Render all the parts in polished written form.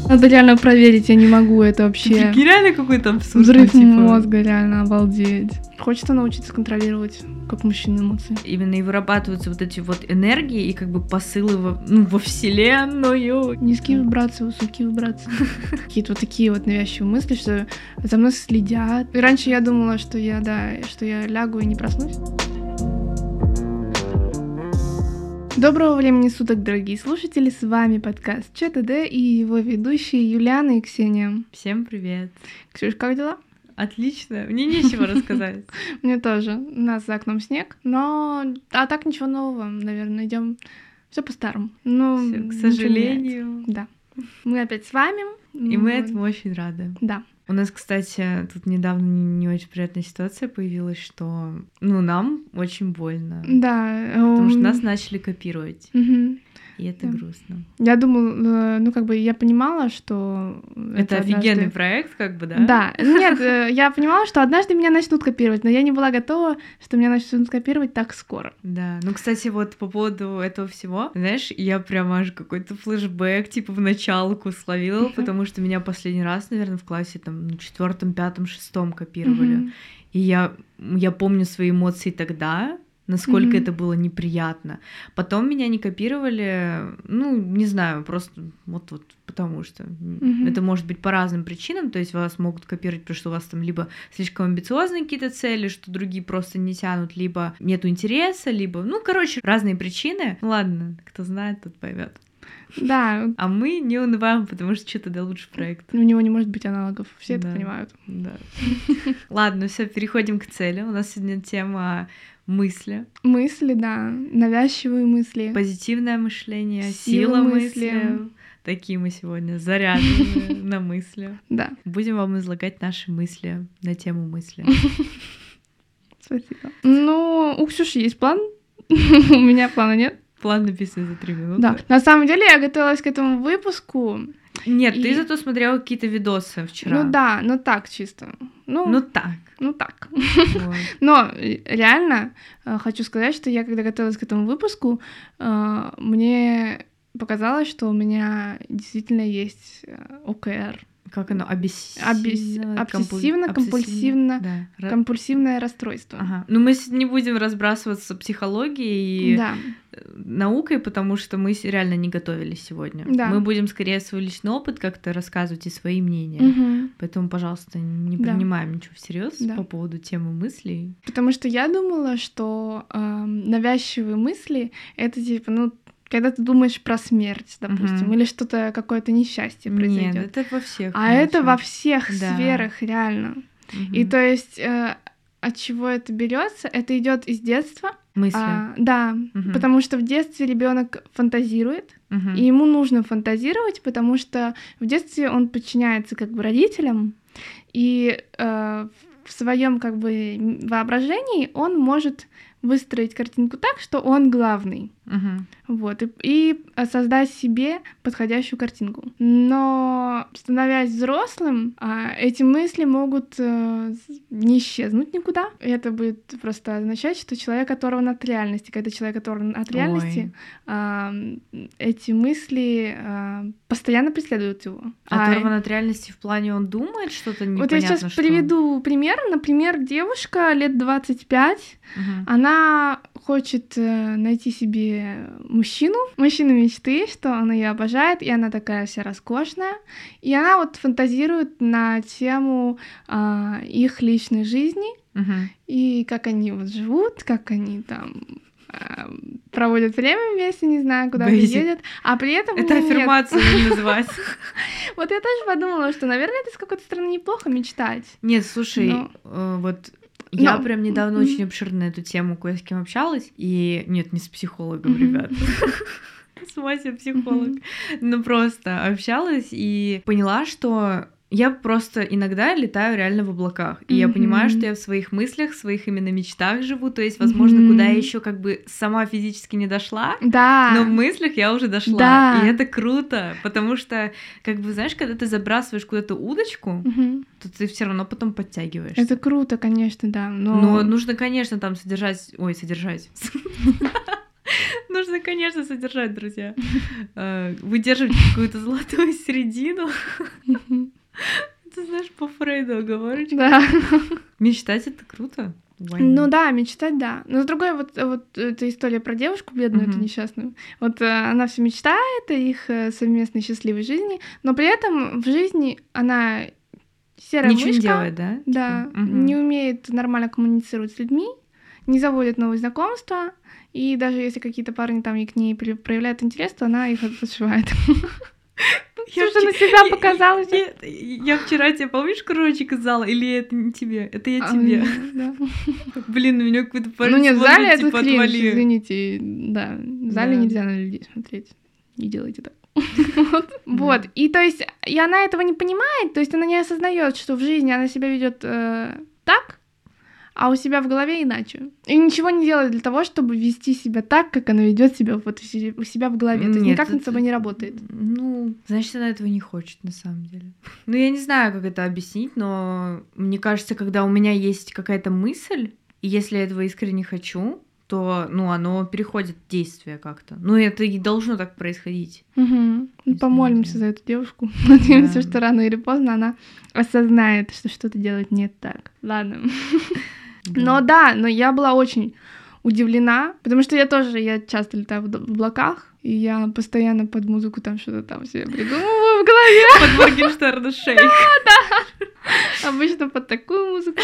Надо реально проверить, я не могу, это вообще... Реально какой-то абсурд. Взрыв мозга, реально, обалдеть. Хочется научиться контролировать, как мужчины, эмоции. Именно и вырабатываются вот эти вот энергии и как бы посылы во вселенную. Низкие вибрации, высокие вибрации. Какие-то вот такие вот навязчивые мысли, что за мной следят. И раньше я думала, что я лягу и не проснусь. Доброго времени суток, дорогие слушатели, с вами подкаст ЧТД и его ведущие Юлиана и Ксения. Всем привет. Ксюш, как дела? Отлично, мне нечего рассказать. Мне тоже. У нас за окном снег, но... А так ничего нового, наверное, идем все по-старому. К сожалению. Да. Мы опять с вами. И мы этому очень рады. Да. У нас, кстати, тут недавно не очень приятная ситуация появилась, что, нам очень больно. Да. Потому что нас начали копировать. Угу. И это грустно. Я думала, я понимала, что... Это офигенный проект, да? Да. Нет, я понимала, что однажды меня начнут копировать, но я не была готова, что меня начнут копировать так скоро. Да. Кстати, вот по поводу этого всего, знаешь, я прямо аж какой-то флешбэк, в началку словила, потому что меня последний раз, наверное, в классе, на 4-м, 5-м, 6-м копировали. И я помню свои эмоции тогда, насколько это было неприятно. Потом меня не копировали, не знаю, просто вот потому что это может быть по разным причинам, то есть вас могут копировать, потому что у вас там либо слишком амбициозные какие-то цели, что другие просто не тянут, либо нету интереса, либо, разные причины. Ладно, кто знает, тот поймет. Да. А мы не унываем, потому что что-то лучший проект. У него не может быть аналогов, все это понимают. Да. Ладно, все, переходим к цели. У нас сегодня тема мысли. Мысли, да. Навязчивые мысли. Позитивное мышление, сила мысли. Такие мы сегодня заряжены на мысли. Да. Будем вам излагать наши мысли на тему мысли. Спасибо. У Ксюши есть план. У меня плана нет. План написан за 3 минуты. Да. На самом деле я готовилась к этому выпуску. Нет, ты зато смотрела какие-то видосы вчера. Так чисто. Так. Вот. Но реально хочу сказать, что я, когда готовилась к этому выпуску, мне показалось, что у меня действительно есть ОКР. Как оно? Обсессивно-компульсивное расстройство. Ага. Мы не будем разбрасываться психологией и наукой, потому что мы реально не готовились сегодня. Да. Мы будем скорее свой личный опыт как-то рассказывать и свои мнения. Угу. Поэтому, пожалуйста, не принимаем ничего всерьез по поводу темы мыслей. Потому что я думала, что навязчивые мысли — это когда ты думаешь про смерть, допустим, или что-то, какое-то несчастье произойдет. Нет, это во всех. Это во всех сферах, реально. И то есть от чего это берется? Это идет из детства. Мысли. Потому что в детстве ребенок фантазирует, и ему нужно фантазировать, потому что в детстве он подчиняется родителям, и в своем воображении он может выстроить картинку так, что он главный. Вот, и создать себе подходящую картинку. Но, становясь взрослым, эти мысли могут не исчезнуть никуда. И это будет просто означать, что человек оторван от реальности. Когда человек оторван от реальности, эти мысли постоянно преследуют его. Оторван от реальности в плане он думает что-то непонятно. Вот я сейчас приведу пример. Например, девушка лет 25, она хочет найти себе мужчину мечты, что он ее обожает, и она такая вся роскошная, и она фантазирует на тему их личной жизни, и как они живут, как они там проводят время вместе, не знаю, куда они едут, а при этом это аффирмация называется. Вот я тоже подумала, что, наверное, это с какой-то стороны неплохо мечтать. Нет, слушай, я прям недавно очень обширно на эту тему кое с кем общалась, и... Нет, не с психологом, ребят. С ума себе психолог. Просто общалась и поняла, что я просто иногда летаю реально в облаках. И я понимаю, что я в своих мыслях, в своих именно мечтах живу. То есть, возможно, куда я еще сама физически не дошла, но в мыслях я уже дошла. И это круто, потому что, знаешь, когда ты забрасываешь куда-то удочку, то ты все равно потом подтягиваешься. Это круто, конечно, да. Но нужно, конечно, там содержать. Нужно, нужно, конечно, содержать, друзья. Выдерживать какую-то золотую середину. Ты знаешь, по Фрейду оговорочка. Да. Мечтать — это круто. Ну да, мечтать, да. Но с другой, вот эта история про девушку бедную, эту несчастную. Вот она все мечтает о их совместной счастливой жизни, но при этом в жизни она серая мышка. Ничего не делает, да? Да, не умеет нормально коммуницировать с людьми, не заводит новые знакомства, и даже если какие-то парни там и к ней проявляют интерес, то она их отшивает. Я же на себя показала. Я вчера тебе, помнишь, кружочек из зала? Или это не тебе? Это я тебе. Блин, у меня какой-то парень смотрит, ну нет, в зале это типа, кринж, извините. Да, в зале нельзя на людей смотреть. Не делайте так. Вот. И то есть, и она этого не понимает, то есть она не осознает, что в жизни она себя ведет так, а у себя в голове иначе. И ничего не делает для того, чтобы вести себя так, как она ведет себя вот у себя в голове. То есть никак над собой не работает. Ну, значит, она этого не хочет, на самом деле. Ну, я не знаю, как это объяснить, но мне кажется, когда у меня есть какая-то мысль, и если я этого искренне хочу, то, ну, оно переходит в действие как-то. Ну, это и должно так происходить. Угу. Помолимся за эту девушку. Надеемся, что рано или поздно она осознает, что что-то делать не так. Ладно. Но я была очень удивлена, потому что я часто летаю в облаках, и я постоянно под музыку там что-то там себе придумываю в голове. Под Моргенштерна Шейк. Да. Обычно под такую музыку.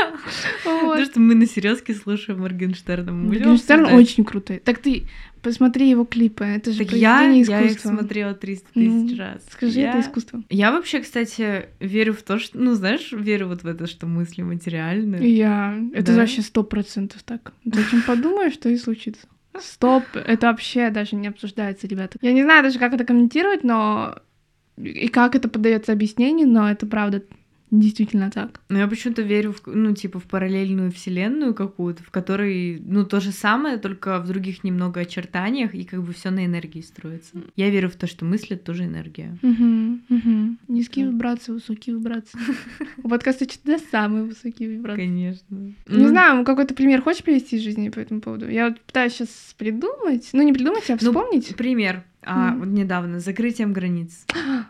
Потому что мы на серьезке слушаем Моргенштерна. Моргенштерн очень крутой. Так ты посмотри его клипы, это же произведение искусства. Я их смотрела 300 тысяч раз. Скажи, это искусство. Я вообще, кстати, верю в то, что, ну, знаешь, верю вот в это, что мысли материальны. Это вообще 100% так. Ты о чем подумаешь, что и случится. Стоп, это вообще даже не обсуждается, ребята. Я не знаю даже, как это комментировать, но и как это подается объяснению, но это правда действительно так. Но я почему-то верю в параллельную вселенную какую-то, в которой, то же самое, только в других немного очертаниях, и как бы все на энергии строится. Я верю в то, что мысли — это тоже энергия. Низкие вибрации, высокие вибрации. У подкаста всегда самые высокие вибрации. Конечно. Не знаю, какой-то пример хочешь привести из жизни по этому поводу? Я вот пытаюсь сейчас придумать, не придумать, а вспомнить. Пример. Вот недавно, с закрытием границ.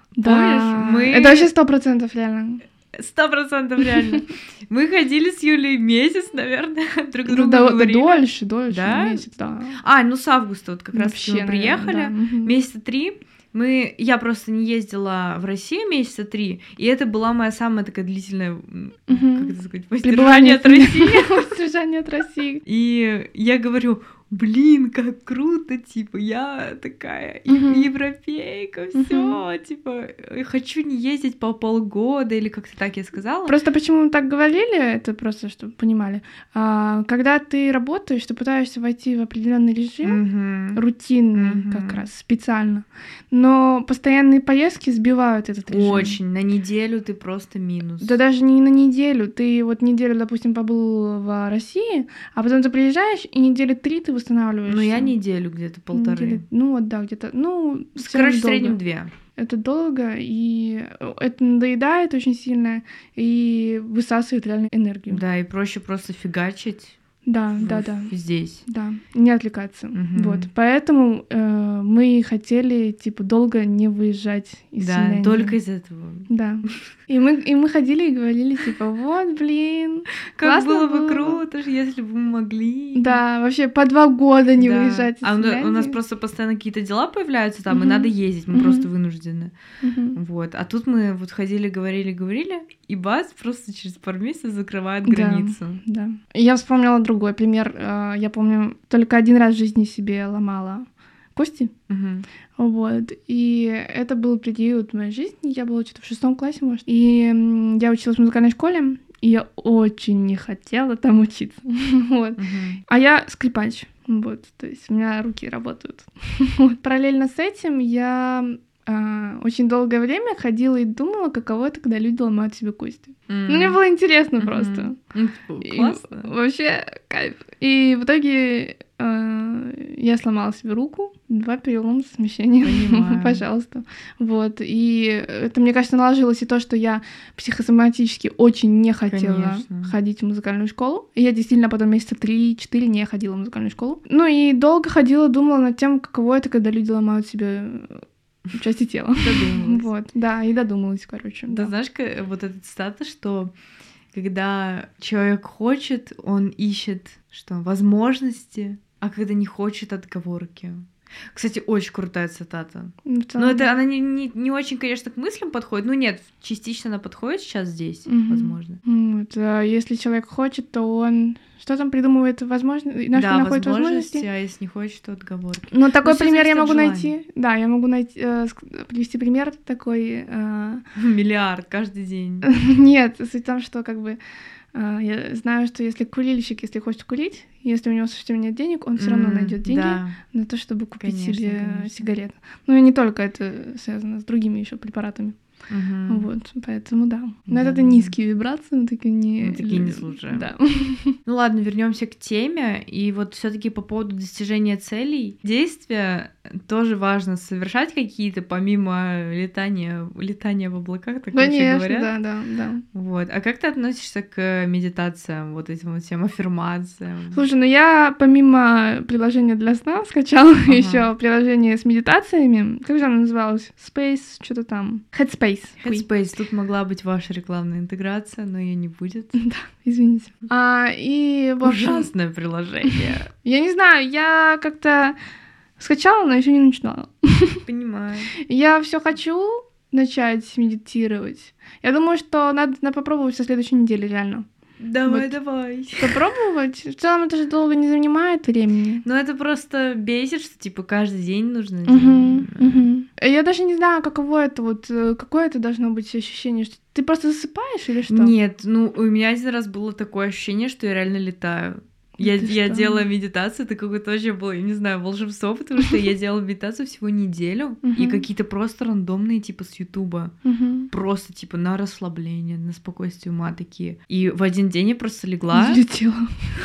Да, это вообще 100% реально. 100% реально. Мы ходили с Юлей месяц, наверное, друг другу говорили. Дольше, да? Месяц, да. С августа вот как раз мы приехали. Месяца 3. Я просто не ездила в Россию месяца 3, и это была моя самая такая длительная, как это сказать, воздержание от России. Воздержание от России. И я говорю: блин, как круто, типа, я такая европейка, все, типа, хочу не ездить по полгода, или как-то так я сказала. Просто почему мы так говорили, это просто, чтобы понимали. Когда ты работаешь, ты пытаешься войти в определенный режим, рутинный как раз, специально, но постоянные поездки сбивают этот режим. Очень, на неделю ты просто минус. Да даже не на неделю, ты вот неделю, допустим, побыл в России, а потом ты приезжаешь, и недели 3 ты восстанавливаешься. Я неделю, где-то 1,5. Где-то, короче, в среднем 2. Это долго, и это надоедает очень сильно, и высасывает реально энергию. Да, и проще просто фигачить. Да. Здесь. Да, не отвлекаться. Вот, поэтому мы хотели, типа, долго не выезжать из Финляндии. Да, только из этого. Да. И мы ходили и говорили, типа, вот, блин, как было бы круто, если бы мы могли. Да, вообще по 2 года не выезжать из Финляндии. У нас просто постоянно какие-то дела появляются там, и надо ездить, мы просто вынуждены. Вот. А тут мы вот ходили, говорили, и бац, просто через пару месяцев закрывают границу. Да. Я вспомнила другой пример. Я помню, только один раз в жизни себе ломала кости. Вот. И это был период моей жизни. Я была что-то в 6 классе, может. И я училась в музыкальной школе, и я очень не хотела там учиться. Вот. А я скрипач. Вот. То есть у меня руки работают. Вот. Параллельно с этим я очень долгое время ходила и думала, каково это, когда люди ломают себе кости. Мне было интересно просто. Классно. Вообще кайф. И в итоге я сломала себе руку. 2 перелома смещения. Пожалуйста. Вот. И это, мне кажется, наложилось и то, что я психосоматически очень не хотела ходить в музыкальную школу. И я действительно потом месяца 3-4 не ходила в музыкальную школу. Ну и долго ходила, думала над тем, каково это, когда люди ломают себе части тела. Додумалась. Вот, да, и додумалась, короче. Да, знаешь, вот эта цитата, что когда человек хочет, он ищет что? Возможности, а когда не хочет, отговорки. Кстати, очень крутая цитата. Но это она не очень, конечно, к мыслям подходит. Ну нет, частично она подходит сейчас здесь, возможно. Вот, если человек хочет, то он что там придумывает возможности, да, находит возможности, а если не хочет, то отговорки. Ну, такой пример я могу найти. Да, я могу привести пример такой. Миллиард каждый день. Нет, суть в том, что как бы я знаю, что если курильщик, если хочет курить, если у него совсем нет денег, он все равно найдет деньги на то, чтобы купить себе сигареты. Ну и не только это связано с другими еще препаратами. Вот, поэтому да. Но это низкие вибрации, но такие не слушаем. Да. Ну ладно, вернемся к теме. И вот все-таки по поводу достижения целей, действия тоже важно совершать какие-то, помимо летания в облаках, так вообще говорят. Да. Вот. А как ты относишься к медитациям, вот этим вот всем аффирмациям? Слушай, ну я помимо приложения для сна скачала еще приложение с медитациями. Как же оно называлось? Space, что-то там. Headspace. Тут могла быть ваша рекламная интеграция, но ее не будет. Да, извините. И в общем... Ужасное приложение. Я не знаю, я как-то скачала, но еще не начинала. Понимаю. Я все хочу начать медитировать. Я думаю, что надо попробовать со следующей недели, реально. Давай. Попробовать. В целом это же долго не занимает времени. Ну это просто бесит, что типа каждый день нужно делать. Я даже не знаю, каково это вот, какое это должно быть ощущение, что ты просто засыпаешь или что? Нет, ну у меня один раз было такое ощущение, что я реально летаю. Я делала медитацию, это какое-то вообще было, я не знаю, волшебство, потому что я делала медитацию всего неделю, и какие-то просто рандомные, типа, с Ютуба. Просто, типа, на расслабление, на спокойствие ума такие. И в один день я просто легла. Взлетела.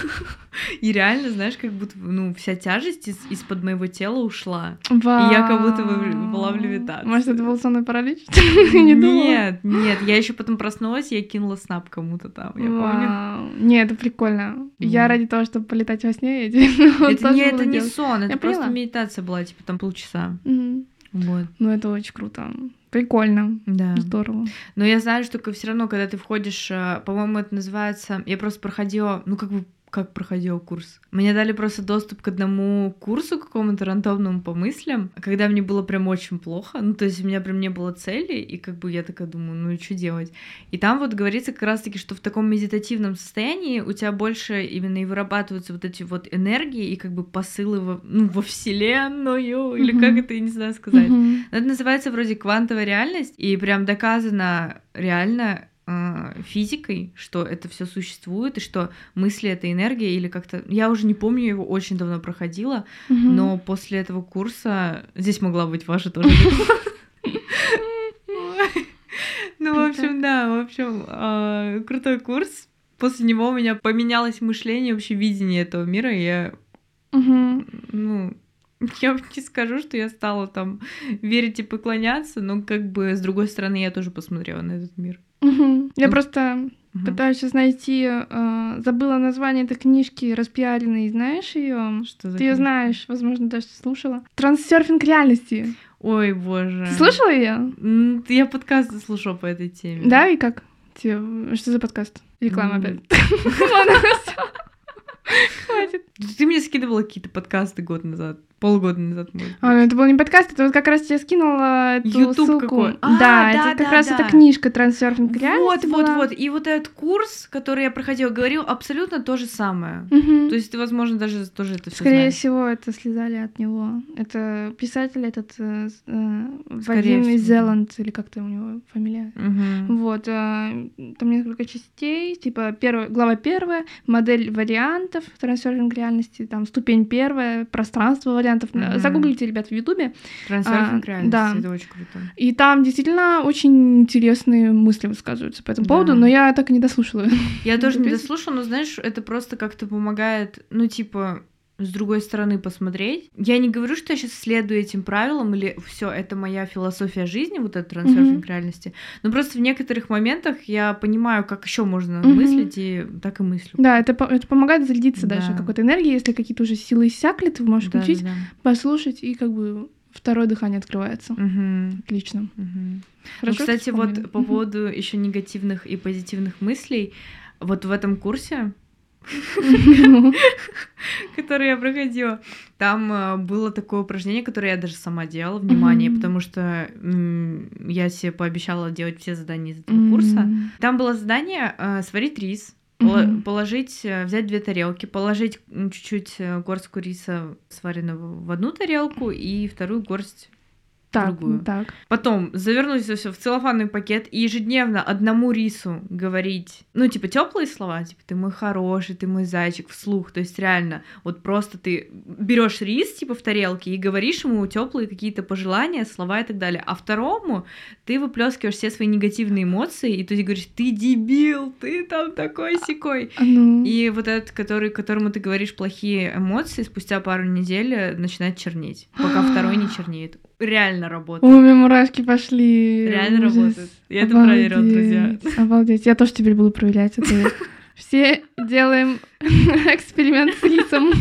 И реально, знаешь, как будто, вся тяжесть из-под моего тела ушла. Вау. И я как будто была в левитации. Может, это был сонный паралич? Нет, я еще потом проснулась, я кинула снап кому-то там, я помню. Нет, это прикольно. Я ради того, чтобы полетать во сне, это не сон, это просто медитация была, типа, там полчаса. Вот. Ну, это очень круто. Прикольно. Да. Здорово. Но я знаю, что все равно, когда ты входишь, по-моему, это называется... Я просто проходила, как проходила курс. Мне дали просто доступ к одному курсу какому-то рандомному по мыслям, когда мне было прям очень плохо, то есть у меня прям не было цели, и как бы я такая думаю, ну и что делать? И там вот говорится как раз-таки, что в таком медитативном состоянии у тебя больше именно и вырабатываются вот эти вот энергии и как бы посылы во вселенную, или как это, я не знаю сказать. Это называется вроде квантовая реальность, и прям доказано реально физикой, что это все существует, и что мысли — это энергия, или как-то... Я уже не помню, я его очень давно проходила, но после этого курса... Здесь могла быть ваша тоже. Ну, в общем, крутой курс. После него у меня поменялось мышление, вообще видение этого мира, и я... Я не скажу, что я стала там верить и поклоняться, но как бы с другой стороны я тоже посмотрела на этот мир. Я просто пытаюсь сейчас найти, забыла название этой книжки распиаренной, знаешь ее? Ты ее знаешь, возможно, даже слушала. Трансерфинг реальности. Ой, боже. Ты слушала ее? Я подкасты слушала по этой теме. Да, и как? Что за подкаст? Реклама опять. Хватит. Ты мне скидывала какие-то подкасты полгода назад. Это был не подкаст, это вот как раз тебе скинула эту YouTube ссылку. Какой? Да, это как раз эта книжка «Трансерфинг реальности» Вот. И вот этот курс, который я проходила, говорил абсолютно то же самое. То есть ты, возможно, даже тоже это всё Скорее знаешь. всего, это слезали от него. Это писатель этот Вадим Зеланд, или как-то у него фамилия. Вот. Там несколько частей, типа глава 1, модель вариантов, трансерфинг реальности, там ступень 1, пространство вариантов. Загуглите, ребят, в Ютубе. Трансерфинг реальности, это очень круто. И там действительно очень интересные мысли высказываются по этому поводу, но я так и не дослушала. Я тоже не дослушала, но, знаешь, это просто как-то помогает, с другой стороны посмотреть. Я не говорю, что я сейчас следую этим правилам, или все, это моя философия жизни, вот этот трансерфинг реальности. Но просто в некоторых моментах я понимаю, как еще можно мыслить, и так и мыслю. Да, это помогает зарядиться дальше какой-то энергией. Если какие-то уже силы иссякли, ты можешь включить, послушать, и как бы второе дыхание открывается. Отлично. Хорошо, кстати, вот по поводу еще негативных и позитивных мыслей, вот в этом курсе, который я проходила, там было такое упражнение, которое я даже сама делала, внимание, потому что я себе пообещала делать все задания из этого курса. Там было задание сварить рис, положить, взять 2 тарелки, положить чуть-чуть горстку риса сваренного в одну тарелку и вторую горсть другую. Потом завернуть это все в целлофанный пакет и ежедневно одному рису говорить, ну, типа, теплые слова, типа, ты мой хороший, ты мой зайчик, вслух. То есть реально, вот просто ты берешь рис, типа, в тарелке и говоришь ему теплые какие-то пожелания, слова и так далее. А второму ты выплескиваешь все свои негативные эмоции, и ты говоришь, ты дебил, ты там такой-сякой. И вот этот, которому ты говоришь плохие эмоции, спустя пару недель начинает чернеть, пока второй не чернеет. Реально работает. У меня мурашки пошли. Реально работает. Я это проверила, друзья. Обалдеть. Я тоже теперь буду проверять это. Все делаем эксперимент с рисом.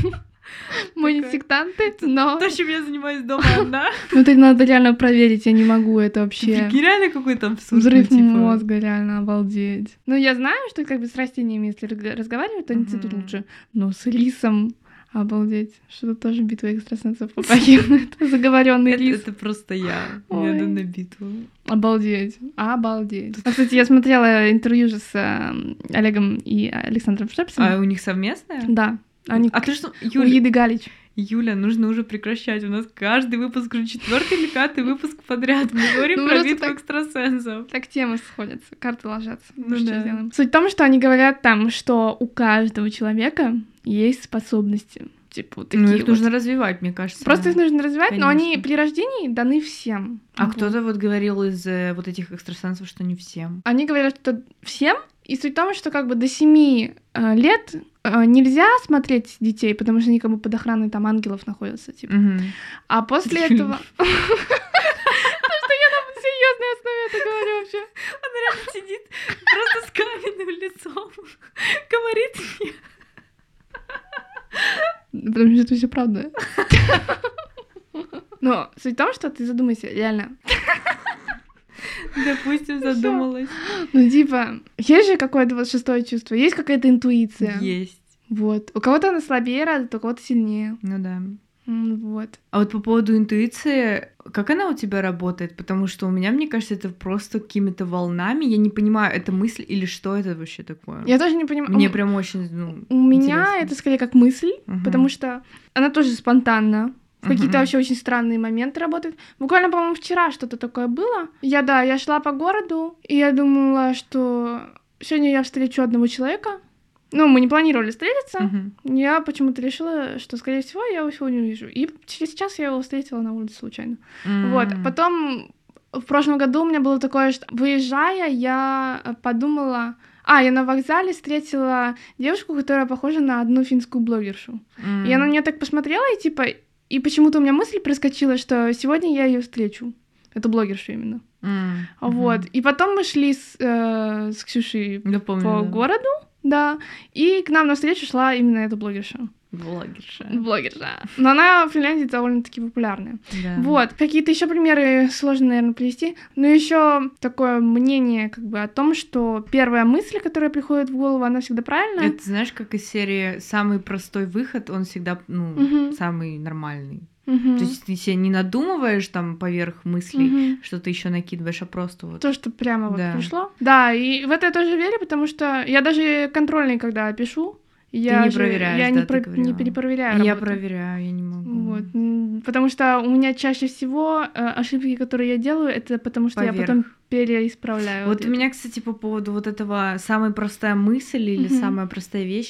Мы не сектанты, но... То, чем я занимаюсь дома одна. Ну, это надо реально проверить, я не могу, это вообще... Реально какой-то абсурд. Взрыв мозга, реально, обалдеть. Ну, я знаю, что как бы с растениями, если разговаривать, то они цветут лучше. Но с рисом... Обалдеть, что-то тоже битва экстрасенсов попахивает. Заговоренный рис. Это просто я. Я иду на битву. Обалдеть. Кстати, я смотрела интервью же с Олегом и Александром Штепсом. А у них совместное? Да. А ты что, у Иды Галич. Юля, нужно уже прекращать. У нас каждый выпуск уже 4-й или 5-й выпуск подряд. Мы говорим про битву экстрасенсов. Так темы сходятся, карты ложатся. Что сделаем? Суть в том, что они говорят там, что у каждого человека есть способности. Типа вот такие. Ну, их нужно развивать, мне кажется. Просто их нужно развивать, но они при рождении даны всем. А кто-то вот говорил из вот этих экстрасенсов, что не всем. Они говорят, что всем. И суть в том, что как бы до 7 лет нельзя смотреть детей, потому что они как бы под охраной там ангелов находятся, типа. А после этого... Потому что я на серьезной основе это говорю вообще. Она реально сидит просто с каменным лицом, говорит мне. Потому что это все правда. Но суть в том, что ты задумайся, реально. Допустим, задумалась. Ну, типа, есть же какое-то вот шестое чувство, есть какая-то интуиция. Есть. Вот. У кого-то она слабее развита, у кого-то сильнее. Ну да. Вот. А вот по поводу интуиции, как она у тебя работает? Потому что у меня, мне кажется, это просто какими-то волнами. Я не понимаю, это мысль или что это вообще такое? Я тоже не понимаю. Мне прям очень, У меня это скорее как мысль, потому что она тоже спонтанна. В какие-то вообще очень странные моменты работает. Буквально, по-моему, вчера что-то такое было. Я шла по городу, и я думала, что сегодня я встречу одного человека. Ну, мы не планировали встретиться. Я почему-то решила, что, скорее всего, я его сегодня увижу. И через час я его встретила на улице случайно. Вот. Потом в прошлом году у меня было такое, что, выезжая, я подумала... я на вокзале встретила девушку, которая похожа на одну финскую блогершу. И она на меня так посмотрела, и типа... И почему-то у меня мысль проскочила, что сегодня я ее встречу. Это блогерша именно. Вот. И потом мы шли с Ксюшей по городу, да, и к нам навстречу шла именно эта блогерша. Блогерша. Но она в Финляндии довольно-таки популярная. Да. Вот. Какие-то еще примеры сложно, наверное, привести. Но еще такое мнение как бы о том, что первая мысль, которая приходит в голову, она всегда правильная. Это, знаешь, как из серии «Самый простой выход», он всегда, самый нормальный. То есть ты себе не надумываешь там поверх мыслей, что ты еще накидываешь, а просто вот... То, что прямо вот пришло. Да, и в это я тоже верю, потому что я даже контрольный, когда пишу, я не проверяешь, не перепроверяю. Я проверяю, я не могу. Вот. Потому что у меня чаще всего ошибки, которые я делаю, это потому что я потом переисправляю. Вот у меня, кстати, по поводу вот этого самая простая мысль или самая простая вещь,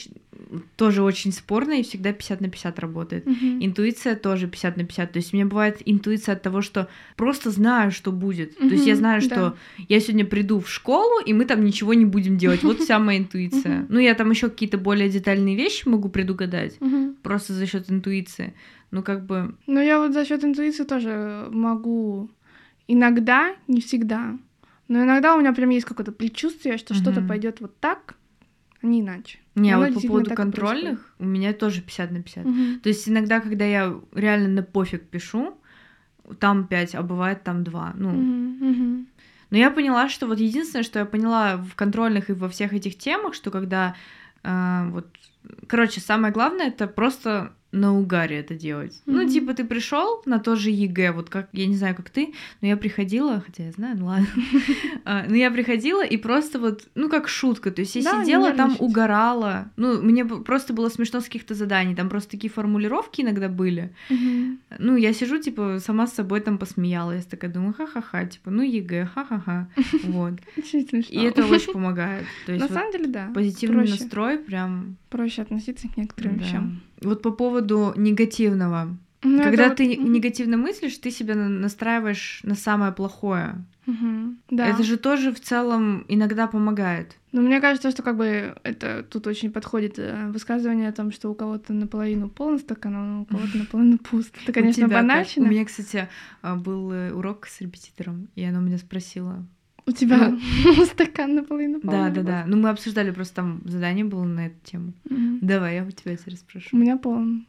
тоже очень спорно и всегда 50/50 работает. Интуиция тоже 50/50. То есть у меня бывает интуиция от того, что просто знаю, что будет. То есть я знаю, что я сегодня приду в школу, и мы там ничего не будем делать. Вот вся моя интуиция. Ну, я там еще какие-то более детальные вещи могу предугадать, просто за счет интуиции. Ну, как бы... Ну, я вот за счет интуиции тоже могу иногда, не всегда, но иногда у меня прям есть какое-то предчувствие, что что-то пойдет вот так, а не иначе. Не, вот по поводу контрольных у меня тоже 50/50. То есть иногда, когда я реально на пофиг пишу, там 5, а бывает там 2. Ну. Но я поняла, что вот единственное, что я поняла в контрольных и во всех этих темах, что когда вот... Короче, самое главное — это просто на угаре это делать. Ну, типа, ты пришел на то же ЕГЭ, вот как, я не знаю, как ты, но я приходила, хотя я знаю, ну ладно, но я приходила и просто вот, ну, как шутка, то есть я сидела там, угорала, ну, мне просто было смешно с каких-то заданий, там просто такие формулировки иногда были, ну, я сижу, типа, сама с собой там посмеялась, такая думаю, ха-ха-ха, типа, ну, ЕГЭ, ха-ха-ха, вот. И это очень помогает. На самом деле, да. Позитивный настрой прям... Проще относиться к некоторым вещам. Вот по поводу негативного. Ну, когда ты негативно мыслишь, ты себя настраиваешь на самое плохое. Да. Это же тоже в целом иногда помогает. Ну, мне кажется, что как бы это тут очень подходит высказывание о том, что у кого-то наполовину полный стакан, а у кого-то наполовину пуст. Это, конечно, банально. У меня, кстати, был урок с репетитором, и она меня спросила. У тебя стакан наполовину полный? Да. Ну, мы обсуждали, просто там задание было на эту тему. Давай, я у тебя теперь спрошу. У меня полон.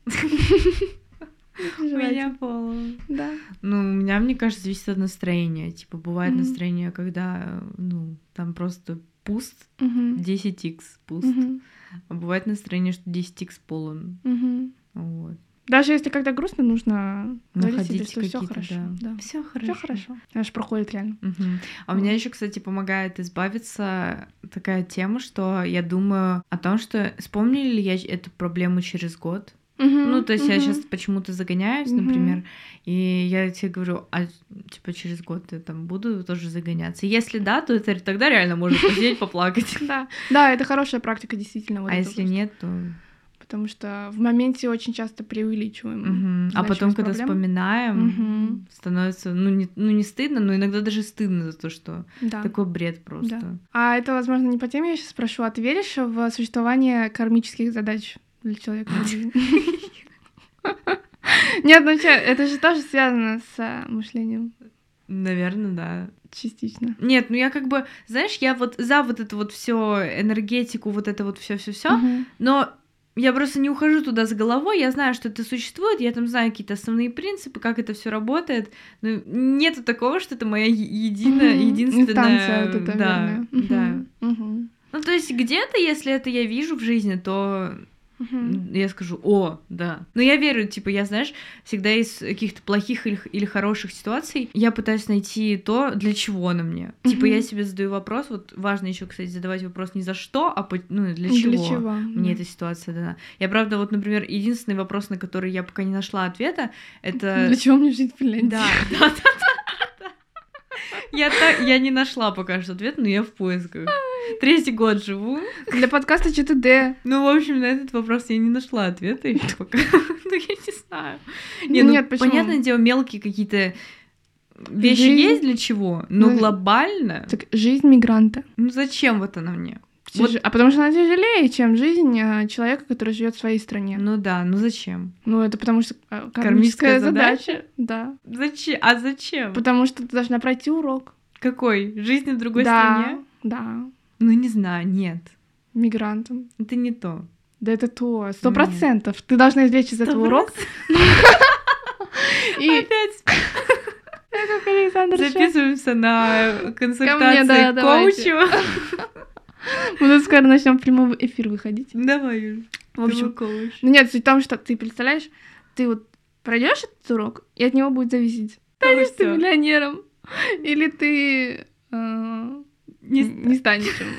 У меня полон. Да. Ну, у меня, мне кажется, зависит от настроения. Типа, бывает настроение, когда, ну, там просто пуст, 10х пуст. А бывает настроение, что 10х полон. Вот. Даже если когда грустно, нужно находить себе, что всё хорошо. Да. Всё хорошо. Всё хорошо. Это же проходит реально. А у меня еще, кстати, помогает избавиться такая тема, что я думаю о том, что вспомнили ли я эту проблему через год. Ну, то есть я сейчас почему-то загоняюсь, например, и я тебе говорю, а типа через год я там буду тоже загоняться. Если да, то это тогда реально можно посидеть, поплакать. Да, это хорошая практика, действительно. А если нет, то... Потому что в моменте очень часто преувеличиваем. А потом, когда вспоминаем, становится, ну не стыдно, но иногда даже стыдно за то, что такой бред просто. Да. А это, возможно, не по теме, я сейчас спрошу. А ты веришь в существование кармических задач для человека? Нет, ну что, это же тоже связано с мышлением. Наверное, да. Частично. Нет, ну я как бы, знаешь, я вот за вот эту вот всё энергетику, вот это вот все, но я просто не ухожу туда с головой, я знаю, что это существует, я там знаю какие-то основные принципы, как это все работает, но нету такого, что это моя единственная... Инстанция вот эта, да. Ну, то есть где-то, если это я вижу в жизни, то я скажу, о, да. Но я верю, типа, я, знаешь, всегда из каких-то плохих или хороших ситуаций я пытаюсь найти то, для чего она мне. Типа, я себе задаю вопрос, вот важно еще, кстати, задавать вопрос не за что, а для чего мне эта ситуация дана. Я, правда, вот, например, единственный вопрос, на который я пока не нашла ответа, это... Для чего мне жить в Финляндии? Да. Я не нашла пока что ответ, но я в поисках. 3-й год живу. Для подкаста ЧТД. Ну, в общем, на этот вопрос я не нашла ответа еще пока. Ну, я не знаю. Нет, почему? Понятное дело, мелкие какие-то вещи есть для чего, но глобально... Так, жизнь мигранта. Ну, зачем вот она мне? А потому что она тяжелее, чем жизнь человека, который живет в своей стране. Ну да, ну зачем? Ну это потому что кармическая задача. Да. Зачем? А зачем? Потому что ты должна пройти урок. Какой? Жизнь в другой стране? Да. Ну не знаю, нет. Мигрантам. Это не то. Да это то, 100%. Ты должна извлечь из этого урок. Опять. Записываемся на консультации к коучу. Мы тут скоро начнем прямой эфир выходить. Давай, Юля. В общем, ну нет, суть в том, что ты представляешь, ты вот пройдешь этот урок, и от него будет зависеть, станешь ты миллионером, или ты не станешь им.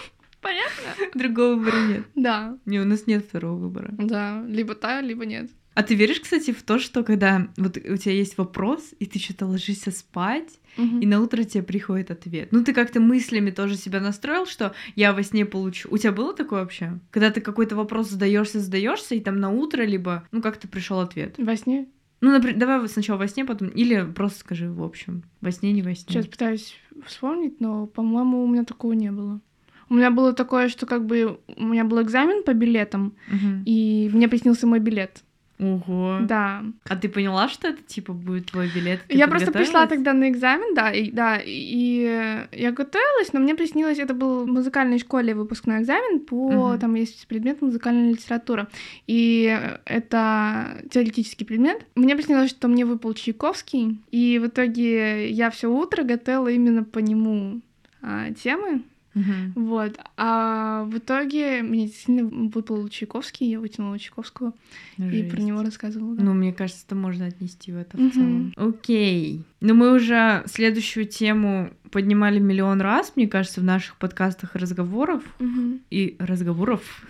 Понятно? Другого выбора нет. Да. Не, у нас нет второго выбора. Да, либо та, либо нет. А ты веришь, кстати, в то, что когда вот у тебя есть вопрос, и ты что-то ложишься спать, и на утро тебе приходит ответ? Ну, ты как-то мыслями тоже себя настроил, что я во сне получу. У тебя было такое вообще? Когда ты какой-то вопрос задаешься, и там на утро, либо, ну, как-то пришел ответ? Во сне? Ну, например, давай сначала во сне, потом... Или просто скажи в общем. Во сне, не во сне. Сейчас пытаюсь вспомнить, но, по-моему, у меня такого не было. У меня было такое, что как бы у меня был экзамен по билетам, и мне приснился мой билет. Ого. Да. А ты поняла, что это, типа, будет твой билет? Я просто пришла тогда на экзамен, и я готовилась, но мне приснилось, это был в музыкальной школе выпускной экзамен по, там есть предмет музыкальная литература, и это теоретический предмет. Мне приснилось, что мне выпал Чайковский, и в итоге я все утро готовила именно по нему темы. Вот. А в итоге мне действительно выпал Чайковский, я вытянула Чайковского и про него рассказывала. Да. Ну, мне кажется, это можно отнести в это в целом. Окей. Но мы уже следующую тему поднимали миллион раз, мне кажется, в наших подкастах и разговорах. И разговорах.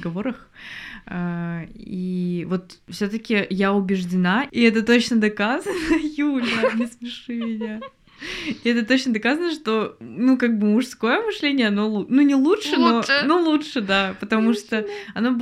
И вот все-таки я убеждена, и это точно доказано, Юля, не смеши меня. И это точно доказано, что, ну, как бы мужское мышление, оно, ну, не лучше, но лучше, да, потому что оно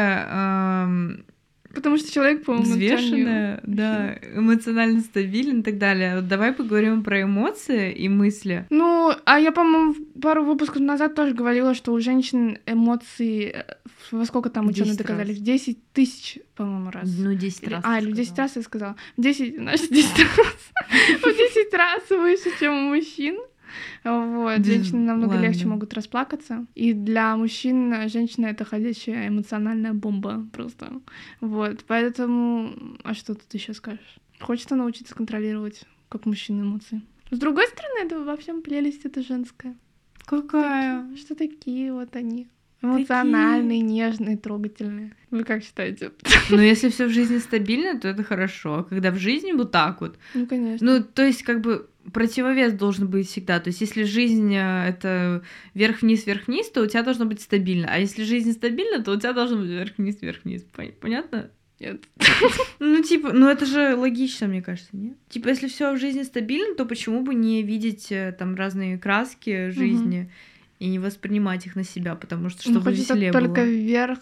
более... Потому что человек, по-моему, взвешенное, да, эмоционально стабилен и так далее. Вот давай поговорим про эмоции и мысли. Ну, а я, по-моему, пару выпусков назад тоже говорила, что у женщин эмоции во сколько там ученые доказали? В 10 тысяч, по-моему, раз. Ну, 10 раз. Или в 10 раз я сказала. В 10 раз. В 10 раз выше, чем у мужчин. Вот, женщины намного легче могут расплакаться. И для мужчин женщина — это ходячая эмоциональная бомба просто. Вот, поэтому... А что тут еще скажешь? Хочется научиться контролировать, как мужчины, эмоции. С другой стороны, это во всем прелесть, это женская. Какая? Что такие вот они. Эмоциональные, нежные, трогательные. Вы как считаете? Ну, если все в жизни стабильно, то это хорошо. А когда в жизни вот так вот... Ну, конечно. Ну, то есть, как бы, противовес должен быть всегда. То есть, если жизнь — это вверх-вниз, вверх-вниз, то у тебя должно быть стабильно. А если жизнь стабильна, то у тебя должно быть вверх-вниз, вверх-вниз. Понятно? Нет. Ну, типа, ну это же логично, мне кажется, нет? Типа, если все в жизни стабильно, то почему бы не видеть там разные краски жизни и не воспринимать их на себя, потому что чтобы веселее было. Только вверх.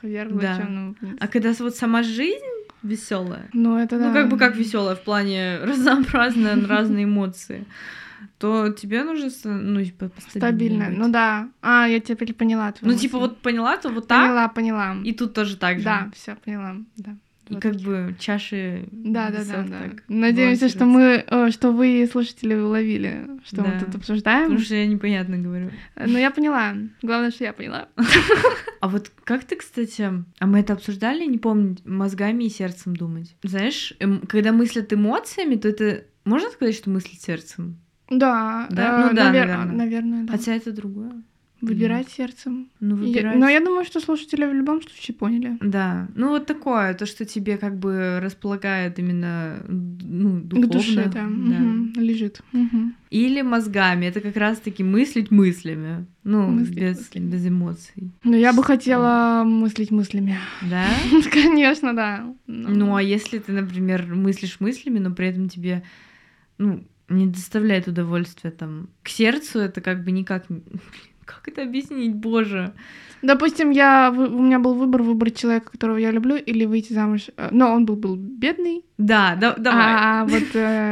Да. А когда вот сама жизнь веселая, ну это да. Ну как бы как веселая в плане разнообразная, разные эмоции, то тебе нужно, ну, типа, стабильно. Ну да. Я теперь поняла твою мысль. Типа, вот поняла, то вот так. Поняла. И тут тоже так же. Да, все поняла, да. И вот как бы чаши. Да. Надеемся, что вы, слушатели, уловили, что мы тут обсуждаем. Потому что я непонятно говорю. Ну, я поняла. Главное, что я поняла. А вот как ты, кстати, а мы это обсуждали, не помню, мозгами и сердцем думать? Знаешь, когда мыслят эмоциями, то это можно сказать, что мыслить сердцем? Да. Да? Ну да, наверное, да. Хотя это другое. Выбирать сердцем. Ну, выбирать. Но я думаю, что слушатели в любом случае поняли. Да. Ну, вот такое, то, что тебе как бы располагает именно, ну, духовно. К душе, да. Лежит. Или мозгами. Это как раз-таки мыслить мыслями. Ну, без эмоций. Ну, я бы хотела мыслить мыслями. Да? Конечно, да. Ну, а если ты, например, мыслишь мыслями, но при этом тебе, ну, не доставляет удовольствия там к сердцу, это как бы никак... Как это объяснить, боже? Допустим, у меня был выбрать человека, которого я люблю, или выйти замуж. Но он был бедный. Да, давай. А вот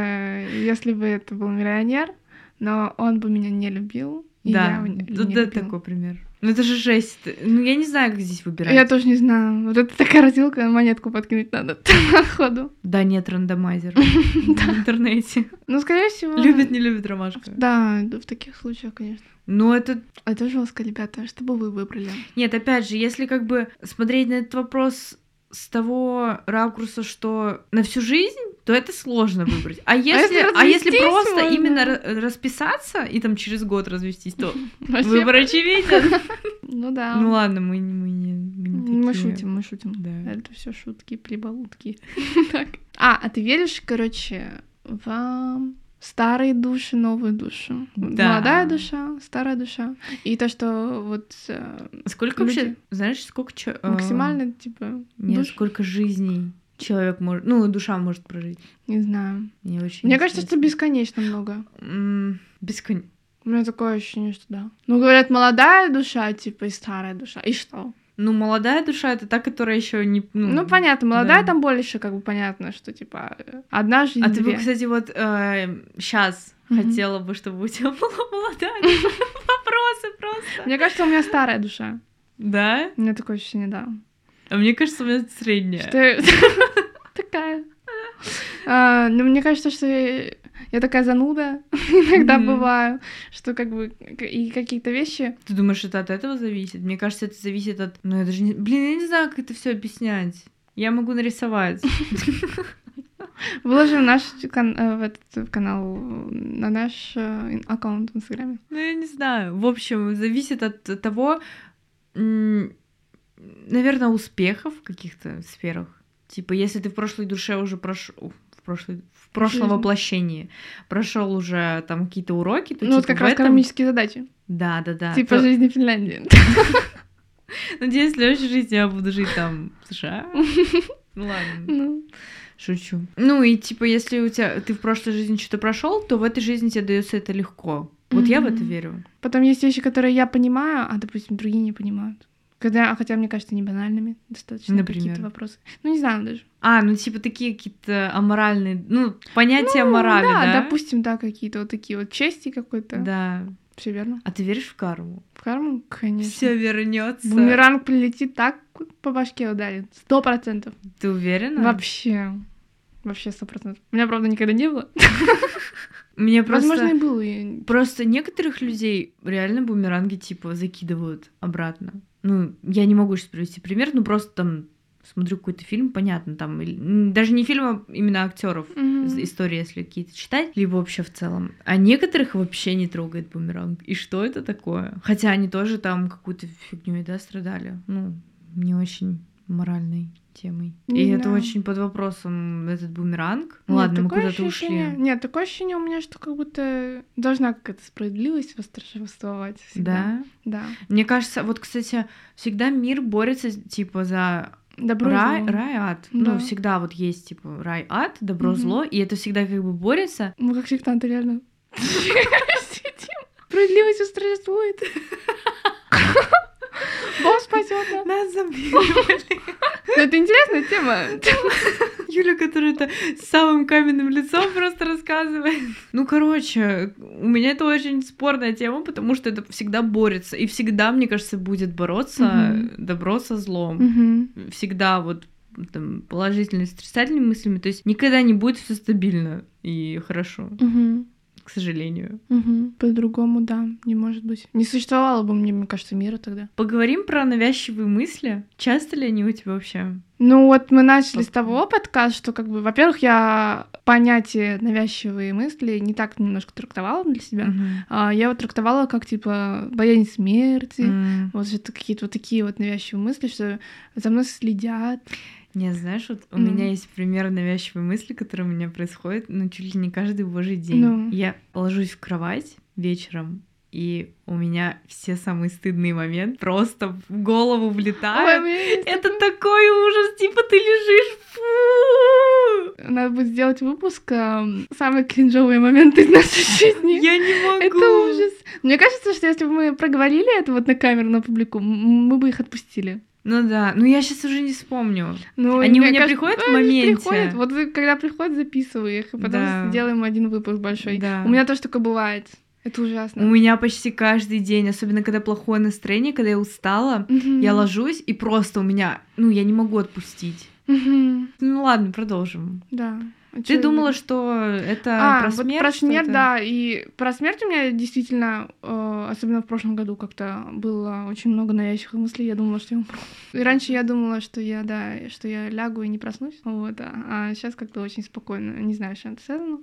если бы это был миллионер, но он бы меня не любил, и я его не любила. Такой пример. Ну это же жесть. Ну я не знаю, как здесь выбирать. Я тоже не знаю. Вот это такая разделка, монетку подкинуть надо на ходу. Да, нет рандомайзера в интернете. Ну, скорее всего... Любит, не любит ромашка. Да, в таких случаях, конечно. Но это жестко, ребята, что бы вы выбрали? Нет, опять же, если как бы смотреть на этот вопрос с того ракурса, что на всю жизнь, то это сложно выбрать. А если просто именно расписаться и там через год развестись, то выбор очевиден. Ну да. Ну ладно, мы не такие. Мы шутим. Да. Это все шутки, прибаутки. А ты веришь, короче, в старые души, новые души. Да. Молодая душа, старая душа. И то, что вот... Сколько вообще, знаешь, сколько... Максимально, типа, нет, сколько жизней человек может, ну, душа может прожить? Не знаю. Мне кажется, что бесконечно много. Бесконечно. У меня такое ощущение, что да. Ну, говорят, молодая душа, типа, и старая душа. И что? Ну, молодая душа — это та, которая еще не... Ну, понятно, молодая там больше, как бы, понятно, что, типа, одна жизнь, А две. ты бы, кстати, вот сейчас хотела бы, чтобы у тебя была молодая душа? Вопросы просто. Мне кажется, у меня старая душа. Да? У меня такое ощущение, да. А мне кажется, у меня средняя. Такая. Ну, мне кажется, что я такая зануда иногда бываю, что как бы и какие-то вещи... Ты думаешь, это от этого зависит? Мне кажется, это зависит от... Ну, я даже не... Блин, я не знаю, как это все объяснять. Я могу нарисовать. Выложим наш в этот канал, на наш аккаунт в Инстаграме. Ну, я не знаю. В общем, зависит от того, наверное, успехов в каких-то сферах. Типа, если ты в прошлой душе уже прошел... В прошлом воплощении прошел уже там какие-то уроки, то ну, вот как раз кармические задачи. Да. Типа жизни в Финляндии. Надеюсь, в следующей жизни я буду жить там в США. Ну ладно. Шучу. Ну и типа, если у тебя ты в прошлой жизни что-то прошел, то в этой жизни тебе дается это легко. Вот я в это верю. Потом есть вещи, которые я понимаю, а, допустим, другие не понимают. Хотя, мне кажется, не банальными достаточно. Например? Какие-то вопросы. Ну, не знаю даже. Ну, типа, такие какие-то аморальные, ну, понятия морали, да? Да, допустим, да, какие-то вот такие вот чести какой-то. Да. Все верно. А ты веришь в карму? В карму? Конечно. Все вернется. Бумеранг прилетит, так по башке ударит. 100%. Ты уверена? Вообще 100%. У меня, правда, никогда не было. Мне просто... Возможно, и было. Просто некоторых людей реально бумеранги, типа, закидывают обратно. Ну, я не могу сейчас привести пример, ну, просто там смотрю какой-то фильм, понятно, там, даже не фильм, а именно актеров, истории, если какие-то читать, либо вообще в целом. А некоторых вообще не трогает бумеранг. И что это такое? Хотя они тоже там какую-то фигнёй, да, страдали. Ну, не очень моральной темой. И это очень под вопросом этот бумеранг. Ну, ладно, мы куда-то ушли. Нет, такое ощущение у меня, что как будто должна какая-то справедливость восторжествовать всегда. Да? Мне кажется, вот, кстати, всегда мир борется, типа, за добро рай, и зло. Рай-ад. Да. Ну, всегда вот есть, типа, рай-ад, добро-зло, и это всегда как бы борется. Мы как сектанты, реально. Справедливость восторжествует. Бог спасет нас. Замиловали. Это интересная тема. Юля, которая это с самым каменным лицом просто рассказывает. Ну, короче, у меня это очень спорная тема, потому что это всегда борется. И всегда, мне кажется, будет бороться добро со злом. Всегда вот там, положительными, с отрицательными мыслями. То есть никогда не будет все стабильно и хорошо. К сожалению. По-другому, да, не может быть. Не существовало бы, мне кажется, мира тогда. Поговорим про навязчивые мысли. Часто ли они у тебя вообще? Ну вот мы начали с того подкаста, что как бы, во-первых, я понятие навязчивые мысли не так немножко трактовала для себя. Я его трактовала как, типа, боязнь смерти, вот что-то какие-то вот такие вот навязчивые мысли, что за мной следят. Не, знаешь, вот у меня есть пример навязчивой мысли, которая у меня происходит, ну, чуть ли не каждый божий день. Я ложусь в кровать вечером, и у меня все самые стыдные моменты просто в голову влетают. Это такой ужас, типа ты лежишь, фу! Надо будет сделать выпуск самые кринжовые моменты из нашей жизни. Я не могу. Это ужас. Мне кажется, что если бы мы проговорили это вот на камеру, на публику, мы бы их отпустили. Ну да, ну я сейчас уже не вспомню. Ну, они у меня приходят в моменте. Приходят. Вот когда приходят, записывай их, и потом сделаем один выпуск большой. Да. У меня тоже такое бывает. Это ужасно. У меня почти каждый день, особенно когда плохое настроение, когда я устала, я ложусь, и просто у меня, ну, я не могу отпустить. Ну ладно, продолжим. Да. Ты думала, что это про смерть? Вот про смерть, да. И про смерть у меня действительно, особенно в прошлом году, как-то было очень много навязчивых мыслей. Я думала, что я умру. И раньше я думала, что я лягу и не проснусь. Вот. А сейчас как-то очень спокойно. Не знаю, с чем это связано.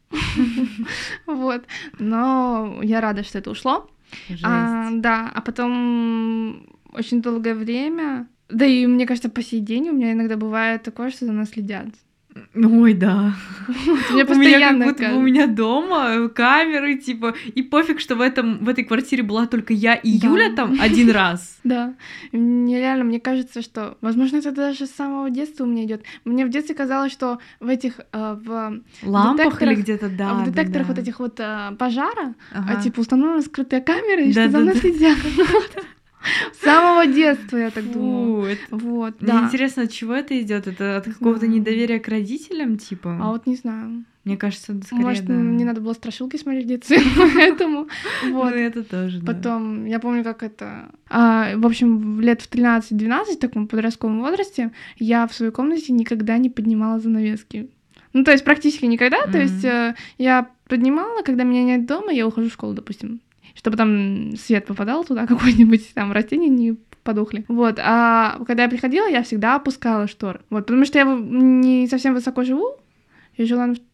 Вот. Но я рада, что это ушло. Да. А потом очень долгое время. Да и мне кажется, по сей день у меня иногда бывает такое, что за нас следят. Ой, да. Мне постоянно как будто бы у меня дома камеры, типа, и пофиг, что в этой квартире была только я и Юля там один раз. Да. Нереально, мне кажется, что, возможно, это даже с самого детства у меня идет. Мне в детстве казалось, что в этих в лампах или где-то, да. В детекторах вот этих вот пожара, типа установлены скрытые камеры, и что за мной следят. С самого детства я так думала. Вот, да. Мне интересно, от чего это идет? Это от какого-то недоверия к родителям, типа? А вот не знаю. Мне кажется, это скорее, может, не надо было страшилки смотреть в детстве, поэтому... Вот. Ну, это тоже, да. Потом, я помню, как это... В общем, лет в 13-12, в таком подростковом возрасте, я в своей комнате никогда не поднимала занавески. Ну, то есть практически никогда. То есть я поднимала, когда меня нет дома, я ухожу в школу, допустим, чтобы там свет попадал туда, какой-нибудь там растения не подохли. Вот. А когда я приходила, я всегда опускала шторы. Вот. Потому что я не совсем высоко живу. Я жила на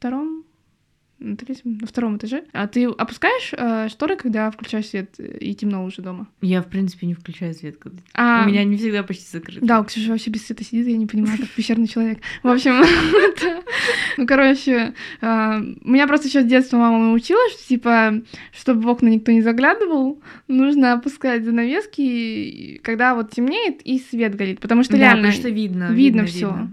втором этаже. А ты опускаешь шторы, когда включаешь свет и темно уже дома? Я, в принципе, не включаю свет. У меня не всегда почти закрыто. Да, у Ксюши вообще без света сидит, я не понимаю, как пещерный человек. В общем, ну, короче, меня просто еще с детства мама научила, что, типа, чтобы в окна никто не заглядывал, нужно опускать занавески, когда вот темнеет и свет горит, потому что реально... потому что видно все.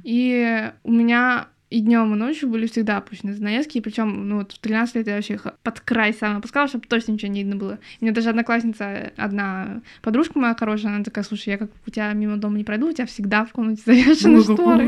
И у меня... И днем, и ночью были всегда опущены занавески, и причем, ну вот в 13 лет я вообще их под край сама опускала, чтобы точно ничего не видно было. И мне даже одноклассница, одна подружка моя хорошая, она такая: слушай, я как у тебя мимо дома не пройду, у тебя всегда в комнате завешены шторы.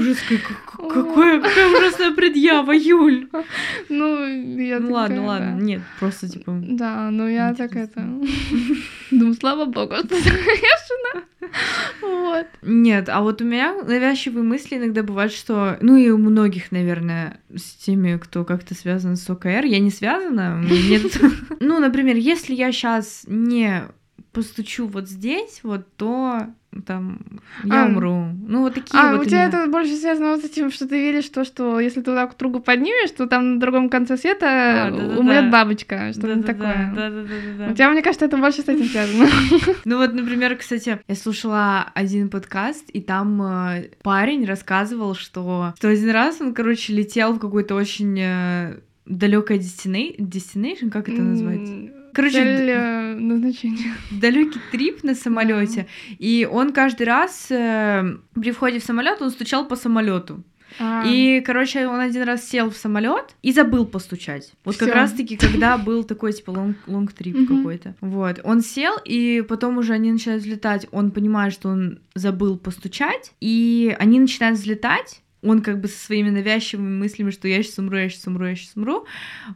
Какая ужасная предъява, Юль! Ну, я ну ладно, нет, просто типа... Да, ну я так это... Думаю, слава богу, что завешено. Вот. Нет, а вот у меня навязчивые мысли иногда бывают, что... Ну и у многих, наверное, с теми, кто как-то связан с ОКР. Я не связана, нет. Ну, например, если я сейчас не постучу вот здесь, вот, то там я умру. Ну, вот такие вот. У тебя это больше связано вот с этим, что ты веришь в то, что если ты так трубу поднимешь, то там на другом конце света умрет бабочка, что-то такое. Да. У тебя, мне кажется, это больше с этим связано. Ну вот, например, кстати, я слушала один подкаст, и там парень рассказывал, что один раз он, короче, летел в какой-то очень далёкое destination, как это назвать? Короче, цель назначения. Далекий трип на самолете, и он каждый раз при входе в самолет он стучал по самолету. И, короче, он один раз сел в самолет и забыл постучать. Вот как раз-таки, когда был такой, типа, лонг-трип какой-то. Вот. Он сел, и потом уже они начинают взлетать. Он понимает, что он забыл постучать, и они начинают взлетать. Он как бы со своими навязчивыми мыслями, что я сейчас умру.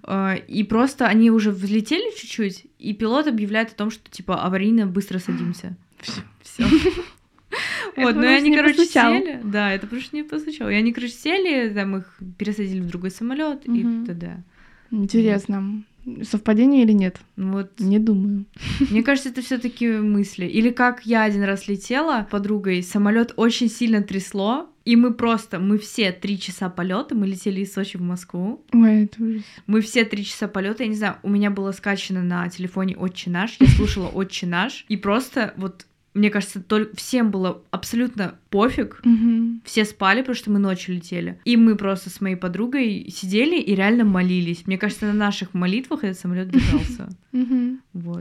И просто они уже взлетели чуть-чуть, и пилот объявляет о том, что, типа, аварийно быстро садимся. Все. Вот, ну и они, короче, сели. Да, это потому что не постучал. И они, короче, сели, там их пересадили в другой самолет и т.д. Интересно. Совпадение или нет? Вот. Не думаю. Мне кажется, это все-таки мысли. Или как я один раз летела с подругой, самолет очень сильно трясло, и мы все 3 часа полета, мы летели из Сочи в Москву. Ой, это ужас. Мы все 3 часа полета, я не знаю, у меня было скачано на телефоне «Отче наш», я слушала «Отче наш», и просто вот мне кажется, всем было абсолютно пофиг. Все спали, потому что мы ночью летели. И мы просто с моей подругой сидели и реально молились. Мне кажется, на наших молитвах этот самолет держался. Вот.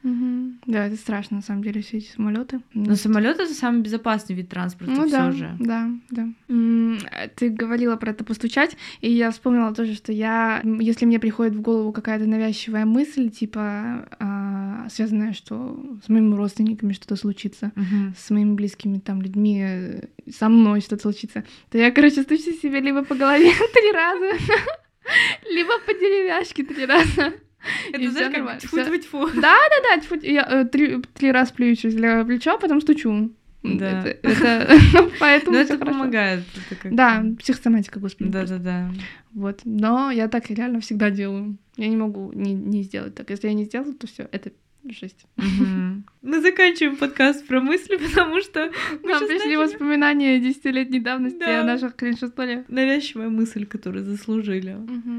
Да, это страшно, на самом деле, все эти самолеты. Но самолет это самый безопасный вид транспорта, ну, все же. Да. Ты говорила про это постучать, и я вспомнила тоже, что если мне приходит в голову какая-то навязчивая мысль, типа связанная, что с моими родственниками что-то случится, с моими близкими там людьми, со мной что-то случится, то я, короче, стучу себе либо по голове 3 раза, либо по деревяшке 3 раза. Это знаешь, как тьфу-тьфу-тьфу. Да, я 3 раза плюю через левое плечо, а потом стучу. Да. Поэтому это помогает. Да, психосоматика, господи. Да. Вот. Но я так реально всегда делаю. Я не могу не сделать так. Если я не сделаю, то все, это жесть. Мы заканчиваем подкаст про мысли, потому что нам пришли воспоминания 10-летней давности о наших кринж-историях. Навязчивая мысль, которую заслужили.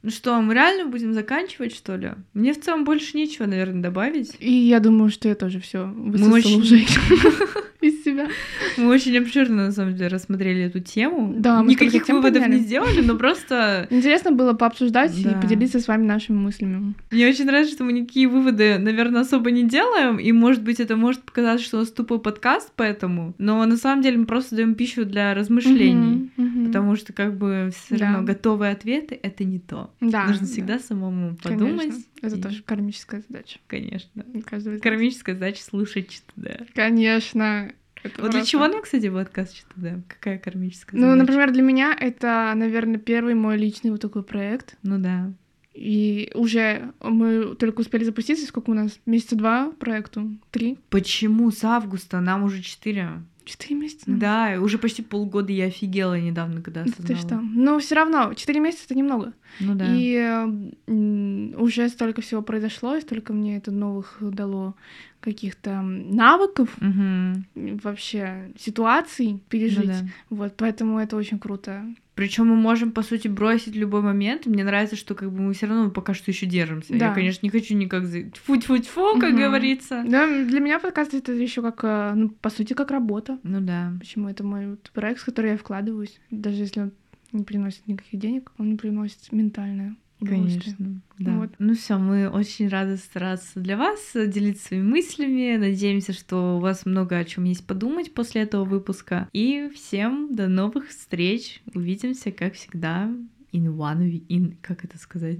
Ну что, мы реально будем заканчивать, что ли? Мне в целом больше нечего, наверное, добавить. И я думаю, что я тоже все высосала уже из себя. Мы очень обширно, на самом деле, рассмотрели эту тему. Да, никаких выводов не сделали, но просто... Интересно было пообсуждать и поделиться с вами нашими мыслями. Мне очень нравится, что мы никакие выводы, наверное, особо не делаем, и, может быть, это может показаться, что у нас тупой подкаст поэтому, но на самом деле мы просто даем пищу для размышлений, потому что как бы все равно готовые ответы — это не то. Да, нужно всегда самому подумать. Конечно. Это тоже кармическая задача. Конечно. Кармическая задача — слушать ЧТД. Конечно. Вот для чего нам, кстати, подкаст ЧТД? Какая кармическая задача? Ну, например, для меня это, наверное, первый мой личный вот такой проект. Ну да. И уже мы только успели запуститься. Сколько у нас? Месяца 2 проекту? 3? Почему с августа? Нам уже 4. 4 месяца? Да, уже почти полгода. Я офигела недавно, когда осознала. Ты что? Но все равно 4 месяца — это немного. Ну да. И уже столько всего произошло, и столько мне это новых дало каких-то навыков, вообще ситуаций пережить. Ну да. Вот, поэтому это очень круто. Причем мы можем, по сути, бросить в любой момент. Мне нравится, что как бы мы все равно пока что еще держимся. Да. Я, конечно, не хочу никак тьфу-тьфу-тьфу, как говорится. Да, для меня подкаст — это еще как, ну, по сути, как работа. Ну да. Почему это мой проект, в который я вкладываюсь, даже если он не приносит никаких денег, он приносит ментальное. Конечно, да. Вот. Ну все, мы очень рады стараться для вас, делиться своими мыслями. Надеемся, что у вас много о чем есть подумать после этого выпуска. И всем до новых встреч. Увидимся, как всегда, как это сказать?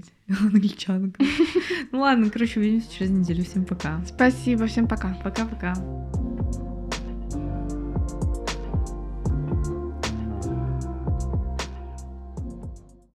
Англичанка. Ну ладно, короче, увидимся через неделю. Всем пока. Спасибо, всем пока. Пока-пока.